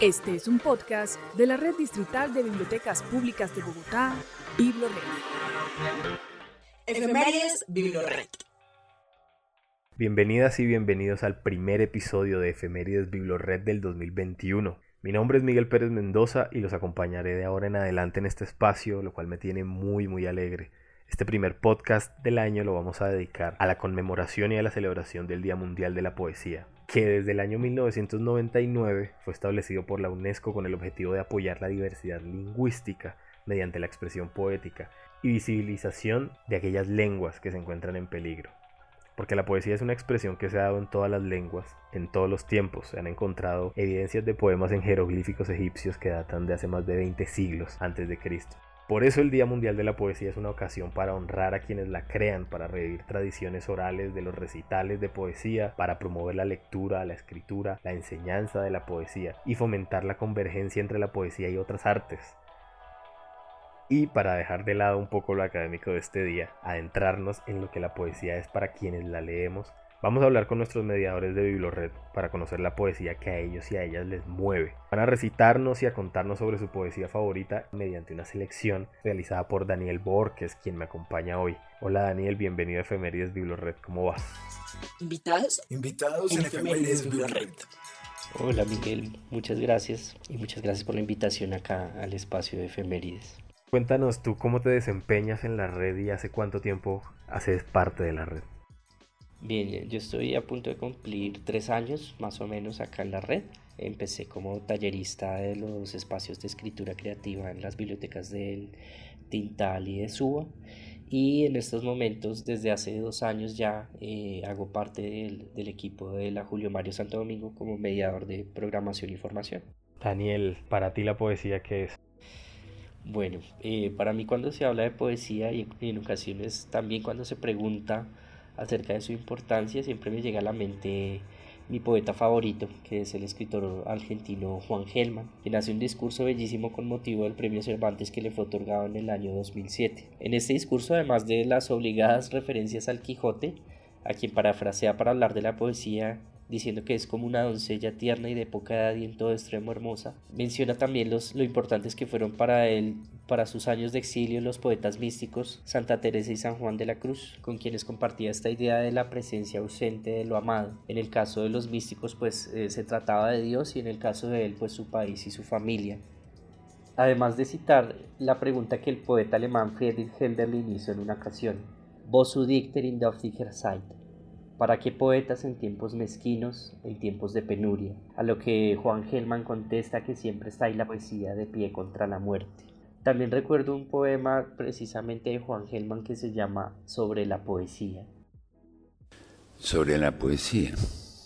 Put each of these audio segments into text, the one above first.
Este es un podcast de la Red Distrital de Bibliotecas Públicas de Bogotá, BibloRed. Efemérides BibloRed. Bienvenidas y bienvenidos al primer episodio de Efemérides BibloRed del 2021. Mi nombre es Miguel Pérez Mendoza y los acompañaré de ahora en adelante en este espacio, lo cual me tiene muy alegre. Este primer podcast del año lo vamos a dedicar a la conmemoración y a la celebración del Día Mundial de la Poesía, que desde el año 1999 fue establecido por la UNESCO con el objetivo de apoyar la diversidad lingüística mediante la expresión poética y visibilización de aquellas lenguas que se encuentran en peligro. Porque la poesía es una expresión que se ha dado en todas las lenguas, en todos los tiempos. Se han encontrado evidencias de poemas en jeroglíficos egipcios que datan de hace más de 20 siglos antes de Cristo. Por eso el Día Mundial de la Poesía es una ocasión para honrar a quienes la crean, para revivir tradiciones orales de los recitales de poesía, para promover la lectura, la escritura, la enseñanza de la poesía y fomentar la convergencia entre la poesía y otras artes. Y para dejar de lado un poco lo académico de este día, adentrarnos en lo que la poesía es para quienes la leemos, vamos a hablar con nuestros mediadores de BibloRed para conocer la poesía que a ellos y a ellas les mueve. Van a recitarnos y a contarnos sobre su poesía favorita mediante una selección realizada por Daniel Borges, quien me acompaña hoy. Hola Daniel, bienvenido a Efemérides BibloRed, ¿cómo vas? Invitados en Efemérides BibloRed. Hola Miguel, muchas gracias y muchas gracias por la invitación acá al espacio de Efemérides. Cuéntanos tú cómo te desempeñas en la red y hace cuánto tiempo haces parte de la red. Bien, yo estoy a punto de cumplir 3 años más o menos acá en la red. Empecé como tallerista de los espacios de escritura creativa en las bibliotecas del Tintal y de Suba. Y en estos momentos, desde hace 2 años ya, hago parte del equipo de la Julio Mario Santo Domingo como mediador de programación y formación. Daniel, para ti la poesía, ¿qué es? Bueno, para mí cuando se habla de poesía y en ocasiones también cuando se pregunta acerca de su importancia, siempre me llega a la mente mi poeta favorito, que es el escritor argentino Juan Gelman, quien hace un discurso bellísimo con motivo del premio Cervantes que le fue otorgado en el año 2007. En este discurso, además de las obligadas referencias al Quijote, a quien parafrasea para hablar de la poesía diciendo que es como una doncella tierna y de poca edad y en todo extremo hermosa, menciona también lo importantes que fueron para él, para sus años de exilio, los poetas místicos Santa Teresa y San Juan de la Cruz, con quienes compartía esta idea de la presencia ausente de lo amado. En el caso de los místicos pues se trataba de Dios y en el caso de él pues su país y su familia. Además de citar la pregunta que el poeta alemán Friedrich Hölderlin hizo en una ocasión: Wozu dichter in dortiger Zeit? ¿Para qué poetas en tiempos mezquinos, en tiempos de penuria? A lo que Juan Gelman contesta que siempre está ahí la poesía de pie contra la muerte. También recuerdo un poema precisamente de Juan Gelman que se llama Sobre la poesía. Sobre la poesía.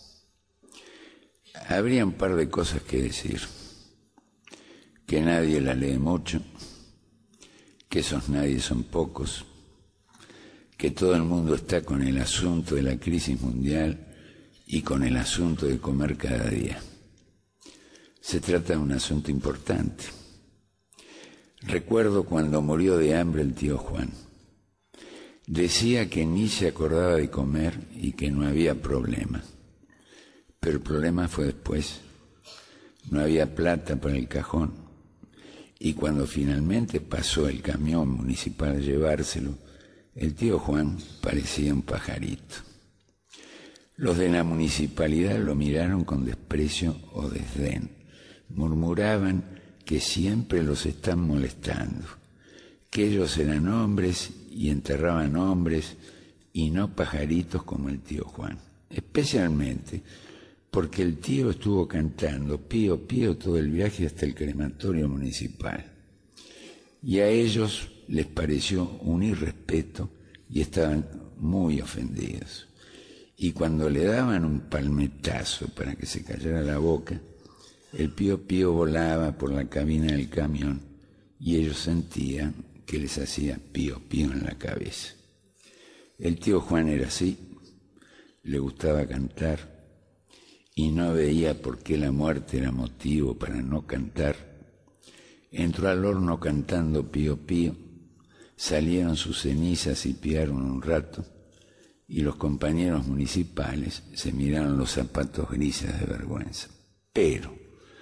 Habría un par de cosas que decir. Que nadie la lee mucho, que esos nadie son pocos, que todo el mundo está con el asunto de la crisis mundial y con el asunto de comer cada día. Se trata de un asunto importante. Recuerdo cuando murió de hambre el tío Juan. Decía que ni se acordaba de comer y que no había problema. Pero el problema fue después. No había plata para el cajón. Y cuando finalmente pasó el camión municipal a llevárselo, el tío Juan parecía un pajarito. Los de la municipalidad lo miraron con desprecio o desdén. Murmuraban que siempre los están molestando, que ellos eran hombres y enterraban hombres y no pajaritos como el tío Juan. Especialmente porque el tío estuvo cantando Pío Pío todo el viaje hasta el crematorio municipal. Y a ellos les pareció un irrespeto y estaban muy ofendidos. Y cuando le daban un palmetazo para que se callara la boca, el Pío Pío volaba por la cabina del camión y ellos sentían que les hacía Pío Pío en la cabeza. El tío Juan era así, le gustaba cantar y no veía por qué la muerte era motivo para no cantar. Entró al horno cantando Pío Pío, salieron sus cenizas y piaron un rato, y los compañeros municipales se miraron los zapatos grises de vergüenza. Pero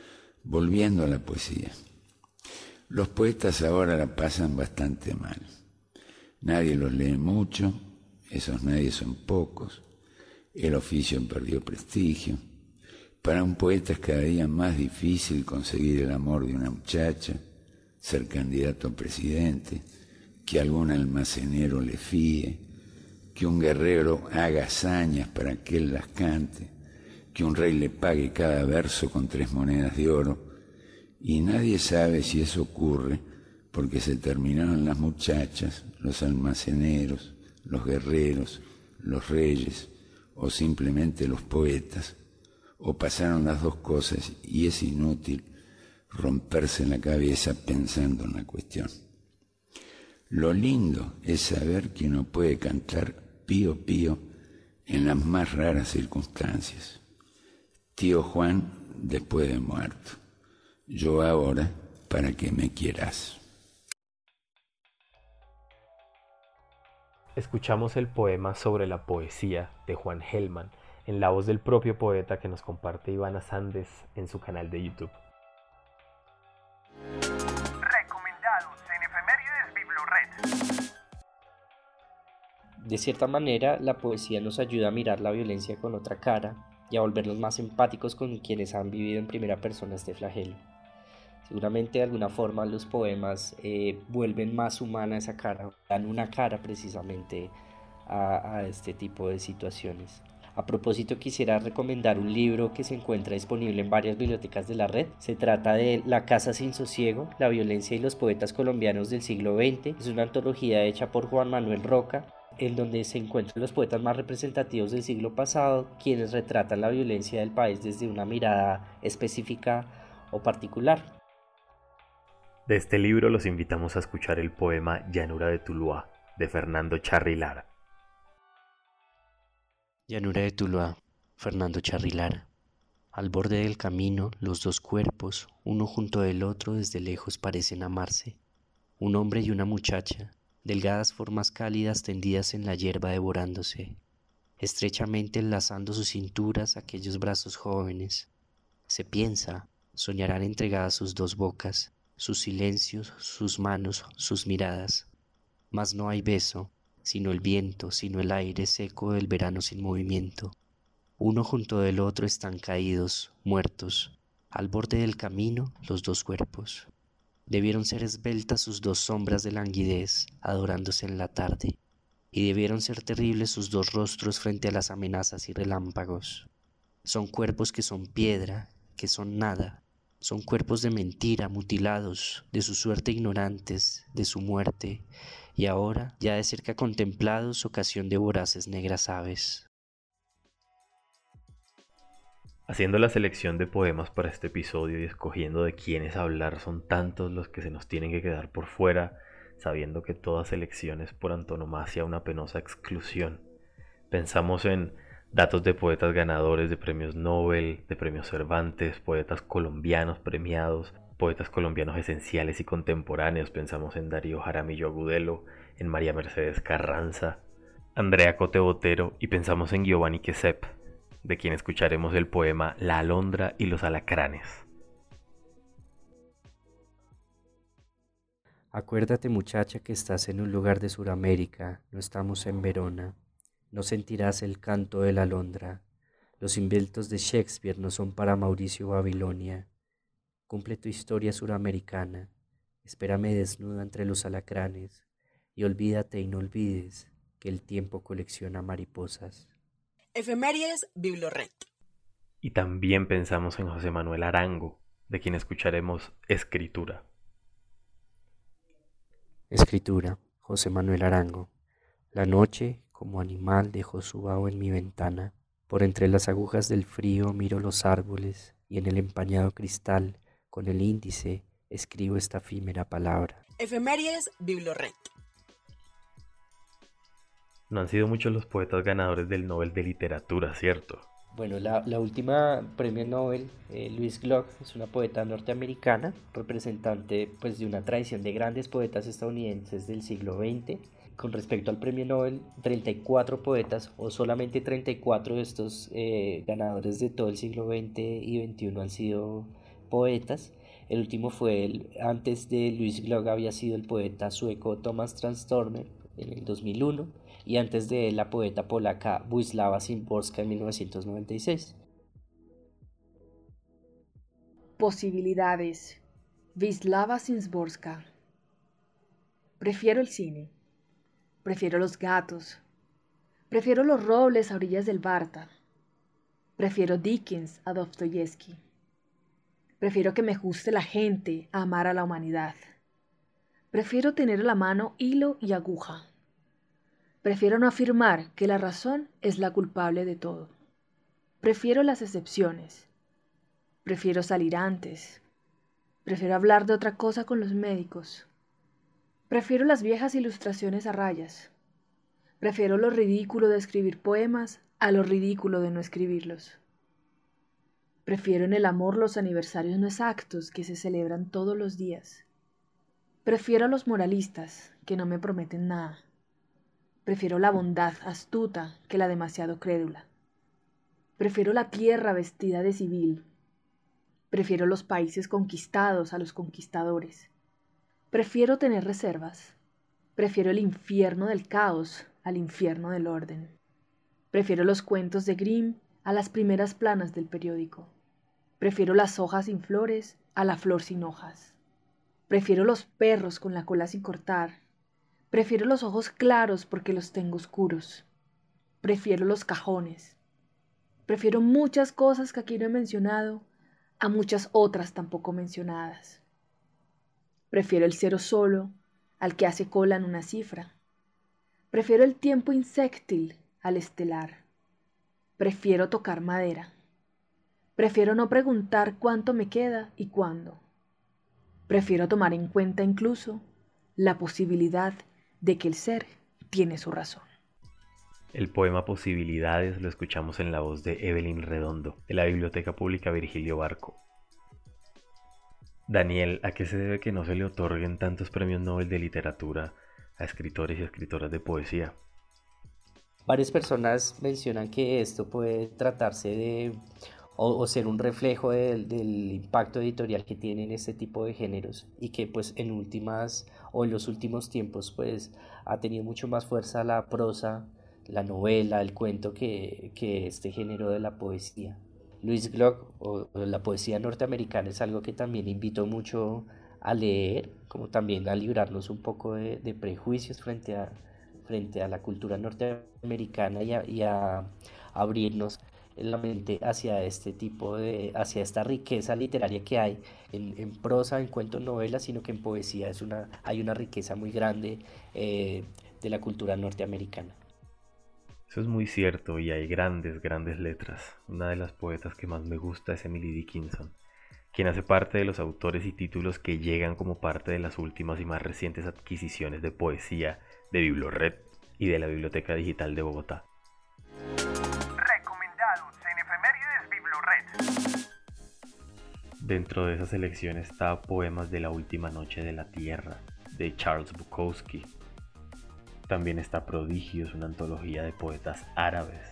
Volviendo a la poesía. Los poetas ahora la pasan bastante mal. Nadie los lee mucho, esos nadie son pocos, el oficio perdió prestigio. Para un poeta es cada día más difícil conseguir el amor de una muchacha, ser candidato a presidente, que algún almacenero le fíe, que un guerrero haga hazañas para que él las cante, que un rey le pague cada verso con 3 monedas de oro, y nadie sabe si eso ocurre porque se terminaron las muchachas, los almaceneros, los guerreros, los reyes, o simplemente los poetas, o pasaron las dos cosas y es inútil romperse la cabeza pensando en la cuestión. Lo lindo es saber que uno puede cantar pío pío en las más raras circunstancias. Tío Juan después de muerto, yo ahora para que me quieras. Escuchamos el poema sobre la poesía de Juan Gelman en la voz del propio poeta que nos comparte Ivana Sandes en su canal de YouTube. Recomendados en Efemérides Biblored. De cierta manera, la poesía nos ayuda a mirar la violencia con otra cara y a volvernos más empáticos con quienes han vivido en primera persona este flagelo. Seguramente de alguna forma los poemas vuelven más humana esa cara, dan una cara precisamente a este tipo de situaciones. A propósito, quisiera recomendar un libro que se encuentra disponible en varias bibliotecas de la red. Se trata de La Casa sin Sosiego, la violencia y los poetas colombianos del siglo XX. Es una antología hecha por Juan Manuel Roca, en donde se encuentran los poetas más representativos del siglo pasado, quienes retratan la violencia del país desde una mirada específica o particular. De este libro los invitamos a escuchar el poema Llanura de Tuluá, de Fernando Charri Lara. Llanura de Tuluá, Fernando Charri Lara. Al borde del camino, los dos cuerpos, uno junto del otro, desde lejos parecen amarse. Un hombre y una muchacha, delgadas formas cálidas tendidas en la hierba devorándose, estrechamente enlazando sus cinturas aquellos brazos jóvenes. Se piensa, soñarán entregadas sus dos bocas, sus silencios, sus manos, sus miradas. Mas no hay beso, sino el viento, sino el aire seco del verano sin movimiento. Uno junto del otro están caídos, muertos, al borde del camino los dos cuerpos. Debieron ser esbeltas sus dos sombras de languidez, adorándose en la tarde, y debieron ser terribles sus dos rostros frente a las amenazas y relámpagos. Son cuerpos que son piedra, que son nada. Son cuerpos de mentira, mutilados, de su suerte ignorantes, de su muerte, y ahora, ya de cerca contemplados, ocasión de voraces negras aves. Haciendo la selección de poemas para este episodio y escogiendo de quiénes hablar, son tantos los que se nos tienen que quedar por fuera, sabiendo que toda selección es por antonomasia una penosa exclusión. Pensamos en datos de poetas ganadores de premios Nobel, de premios Cervantes, poetas colombianos premiados, poetas colombianos esenciales y contemporáneos. Pensamos en Darío Jaramillo Agudelo, en María Mercedes Carranza, Andrea Cote Botero, y pensamos en Giovanni Quesep, de quien escucharemos el poema La Alondra y los Alacranes. Acuérdate, muchacha, que estás en un lugar de Suramérica, no estamos en Verona. No sentirás el canto de la alondra. Los inventos de Shakespeare no son para Mauricio Babilonia. Cumple tu historia suramericana. Espérame desnuda entre los alacranes. Y olvídate y no olvides que el tiempo colecciona mariposas. Efemérides Biblored. Y también pensamos en José Manuel Arango, de quien escucharemos Escritura. Escritura, José Manuel Arango. La noche, como animal, dejó su vaho en mi ventana. Por entre las agujas del frío miro los árboles y en el empañado cristal, con el índice, escribo esta efímera palabra. Efemérides Biblored. No han sido muchos los poetas ganadores del Nobel de Literatura, ¿cierto? Bueno, la última premio Nobel, Louise Gluck, es una poeta norteamericana, representante pues, de una tradición de grandes poetas estadounidenses del siglo XX. Con respecto al premio Nobel, 34 poetas, o solamente 34 de estos ganadores de todo el siglo XX y XXI han sido poetas. El último antes de Louis Glogg había sido el poeta sueco Tomas Tranströmer en el 2001 y antes de él la poeta polaca Wisława Szymborska en 1996. Posibilidades. Wisława Szymborska. Prefiero el cine. Prefiero los gatos. Prefiero los robles a orillas del Barta. Prefiero Dickens a Dostoyevsky. Prefiero que me guste la gente a amar a la humanidad. Prefiero tener a la mano hilo y aguja. Prefiero no afirmar que la razón es la culpable de todo. Prefiero las excepciones. Prefiero salir antes. Prefiero hablar de otra cosa con los médicos. Prefiero las viejas ilustraciones a rayas. Prefiero lo ridículo de escribir poemas a lo ridículo de no escribirlos. Prefiero en el amor los aniversarios no exactos que se celebran todos los días. Prefiero a los moralistas que no me prometen nada. Prefiero la bondad astuta que la demasiado crédula. Prefiero la tierra vestida de civil. Prefiero los países conquistados a los conquistadores. Prefiero tener reservas. Prefiero el infierno del caos al infierno del orden. Prefiero los cuentos de Grimm a las primeras planas del periódico. Prefiero las hojas sin flores a la flor sin hojas. Prefiero los perros con la cola sin cortar. Prefiero los ojos claros porque los tengo oscuros. Prefiero los cajones. Prefiero muchas cosas que aquí no he mencionado a muchas otras tampoco mencionadas. Prefiero el cero solo al que hace cola en una cifra. Prefiero el tiempo insectil al estelar. Prefiero tocar madera. Prefiero no preguntar cuánto me queda y cuándo. Prefiero tomar en cuenta incluso la posibilidad de que el ser tiene su razón. El poema Posibilidades lo escuchamos en la voz de Evelyn Redondo, de la Biblioteca Pública Virgilio Barco. Daniel, ¿a qué se debe que no se le otorguen tantos premios Nobel de literatura a escritores y escritoras de poesía? Varias personas mencionan que esto puede tratarse de o ser un reflejo del impacto editorial que tienen este tipo de géneros y que pues en los últimos tiempos pues ha tenido mucho más fuerza la prosa, la novela, el cuento que este género de la poesía. Louis Glogg o la poesía norteamericana es algo que también invito mucho a leer, como también a librarnos un poco de prejuicios frente a la cultura norteamericana y a abrirnos en la mente hacia hacia esta riqueza literaria que hay en prosa, en cuento, novela, sino que en poesía hay una riqueza muy grande de la cultura norteamericana. Eso es muy cierto y hay grandes letras. Una de las poetas que más me gusta es Emily Dickinson, quien hace parte de los autores y títulos que llegan como parte de las últimas y más recientes adquisiciones de poesía de BibloRed y de la Biblioteca Digital de Bogotá. Recomendados en Efemérides BibloRed. Dentro de esa selección está Poemas de la Última Noche de la Tierra, de Charles Bukowski. También está Prodigios, una antología de poetas árabes.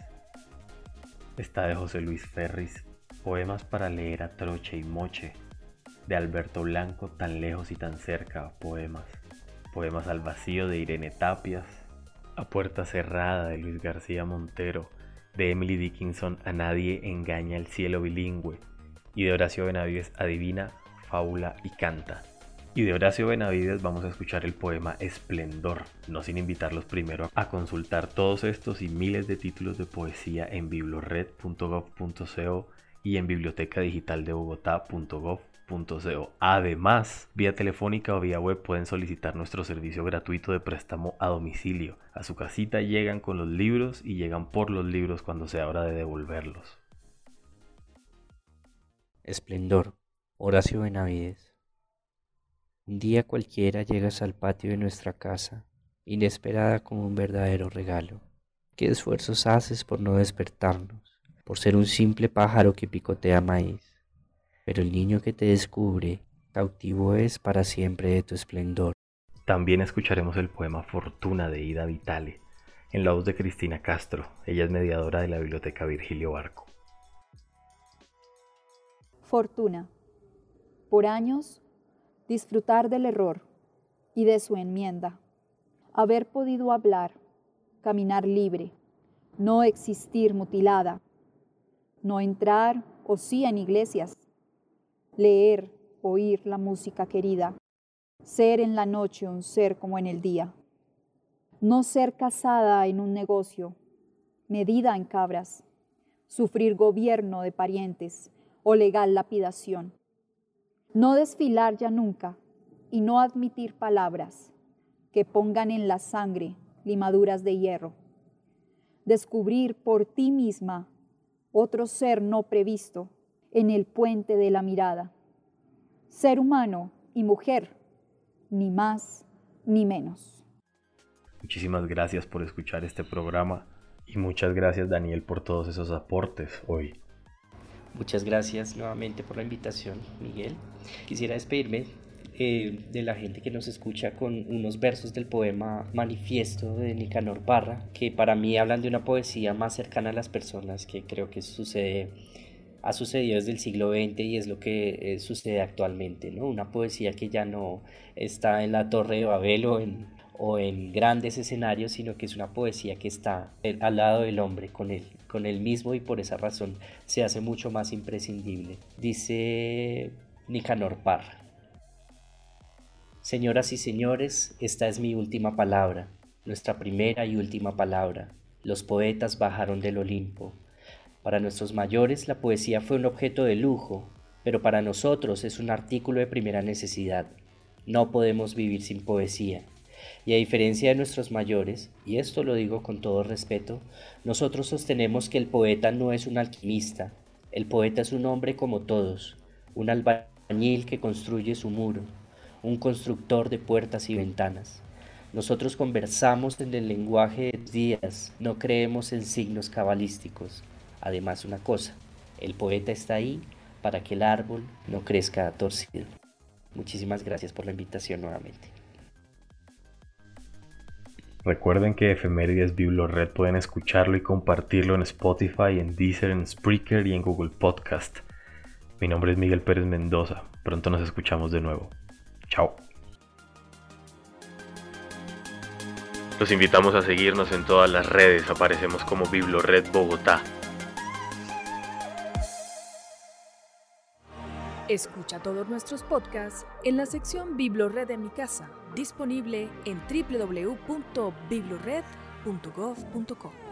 Está de José Luis Ferris, Poemas para leer a troche y moche. De Alberto Blanco, Tan lejos y tan cerca, poemas. Poemas al vacío, de Irene Tapias. A puerta cerrada, de Luis García Montero. De Emily Dickinson, A nadie engaña el cielo bilingüe. Y de Horacio Benavides, Adivina, fábula y canta. Y de Horacio Benavides vamos a escuchar el poema Esplendor, no sin invitarlos primero a consultar todos estos y miles de títulos de poesía en biblored.gov.co y en bibliotecadigitaldebogotá.gov.co. Además, vía telefónica o vía web pueden solicitar nuestro servicio gratuito de préstamo a domicilio. A su casita llegan con los libros y llegan por los libros cuando sea hora de devolverlos. Esplendor, Horacio Benavides. Un día cualquiera llegas al patio de nuestra casa, inesperada como un verdadero regalo. ¿Qué esfuerzos haces por no despertarnos, por ser un simple pájaro que picotea maíz? Pero el niño que te descubre, cautivo es para siempre de tu esplendor. También escucharemos el poema Fortuna de Ida Vitale, en la voz de Cristina Castro. Ella es mediadora de la Biblioteca Virgilio Barco. Fortuna. Por años, disfrutar del error y de su enmienda. Haber podido hablar, caminar libre, no existir mutilada, no entrar o sí en iglesias, leer, oír la música querida, ser en la noche un ser como en el día, no ser casada en un negocio, medida en cabras, sufrir gobierno de parientes o legal lapidación, no desfilar ya nunca y no admitir palabras que pongan en la sangre limaduras de hierro, descubrir por ti misma otro ser no previsto en el puente de la mirada, ser humano y mujer, ni más ni menos. Muchísimas gracias por escuchar este programa y muchas gracias, Daniel, por todos esos aportes hoy. Muchas gracias nuevamente por la invitación, Miguel. Quisiera despedirme de la gente que nos escucha con unos versos del poema Manifiesto de Nicanor Parra, que para mí hablan de una poesía más cercana a las personas, que creo que ha sucedido desde el siglo XX y es lo que sucede actualmente, ¿no? Una poesía que ya no está en la Torre de Babel o en grandes escenarios, sino que es una poesía que está al lado del hombre, con él mismo, y por esa razón se hace mucho más imprescindible. Dice Nicanor Parra: Señoras y señores, esta es mi última palabra, nuestra primera y última palabra. Los poetas bajaron del Olimpo. Para nuestros mayores la poesía fue un objeto de lujo, pero para nosotros es un artículo de primera necesidad. No podemos vivir sin poesía. Y a diferencia de nuestros mayores, y esto lo digo con todo respeto, nosotros sostenemos que el poeta no es un alquimista. El poeta es un hombre como todos, un albañil que construye su muro, un constructor de puertas y ventanas. Nosotros conversamos en el lenguaje de días, no creemos en signos cabalísticos. Además, una cosa, el poeta está ahí para que el árbol no crezca torcido. Muchísimas gracias por la invitación nuevamente. Recuerden que Efemérides Biblored pueden escucharlo y compartirlo en Spotify, en Deezer, en Spreaker y en Google Podcast. Mi nombre es Miguel Pérez Mendoza. Pronto nos escuchamos de nuevo. Chao. Los invitamos a seguirnos en todas las redes. Aparecemos como Biblored Bogotá. Escucha todos nuestros podcasts en la sección Biblored de mi casa, disponible en www.biblored.gov.co.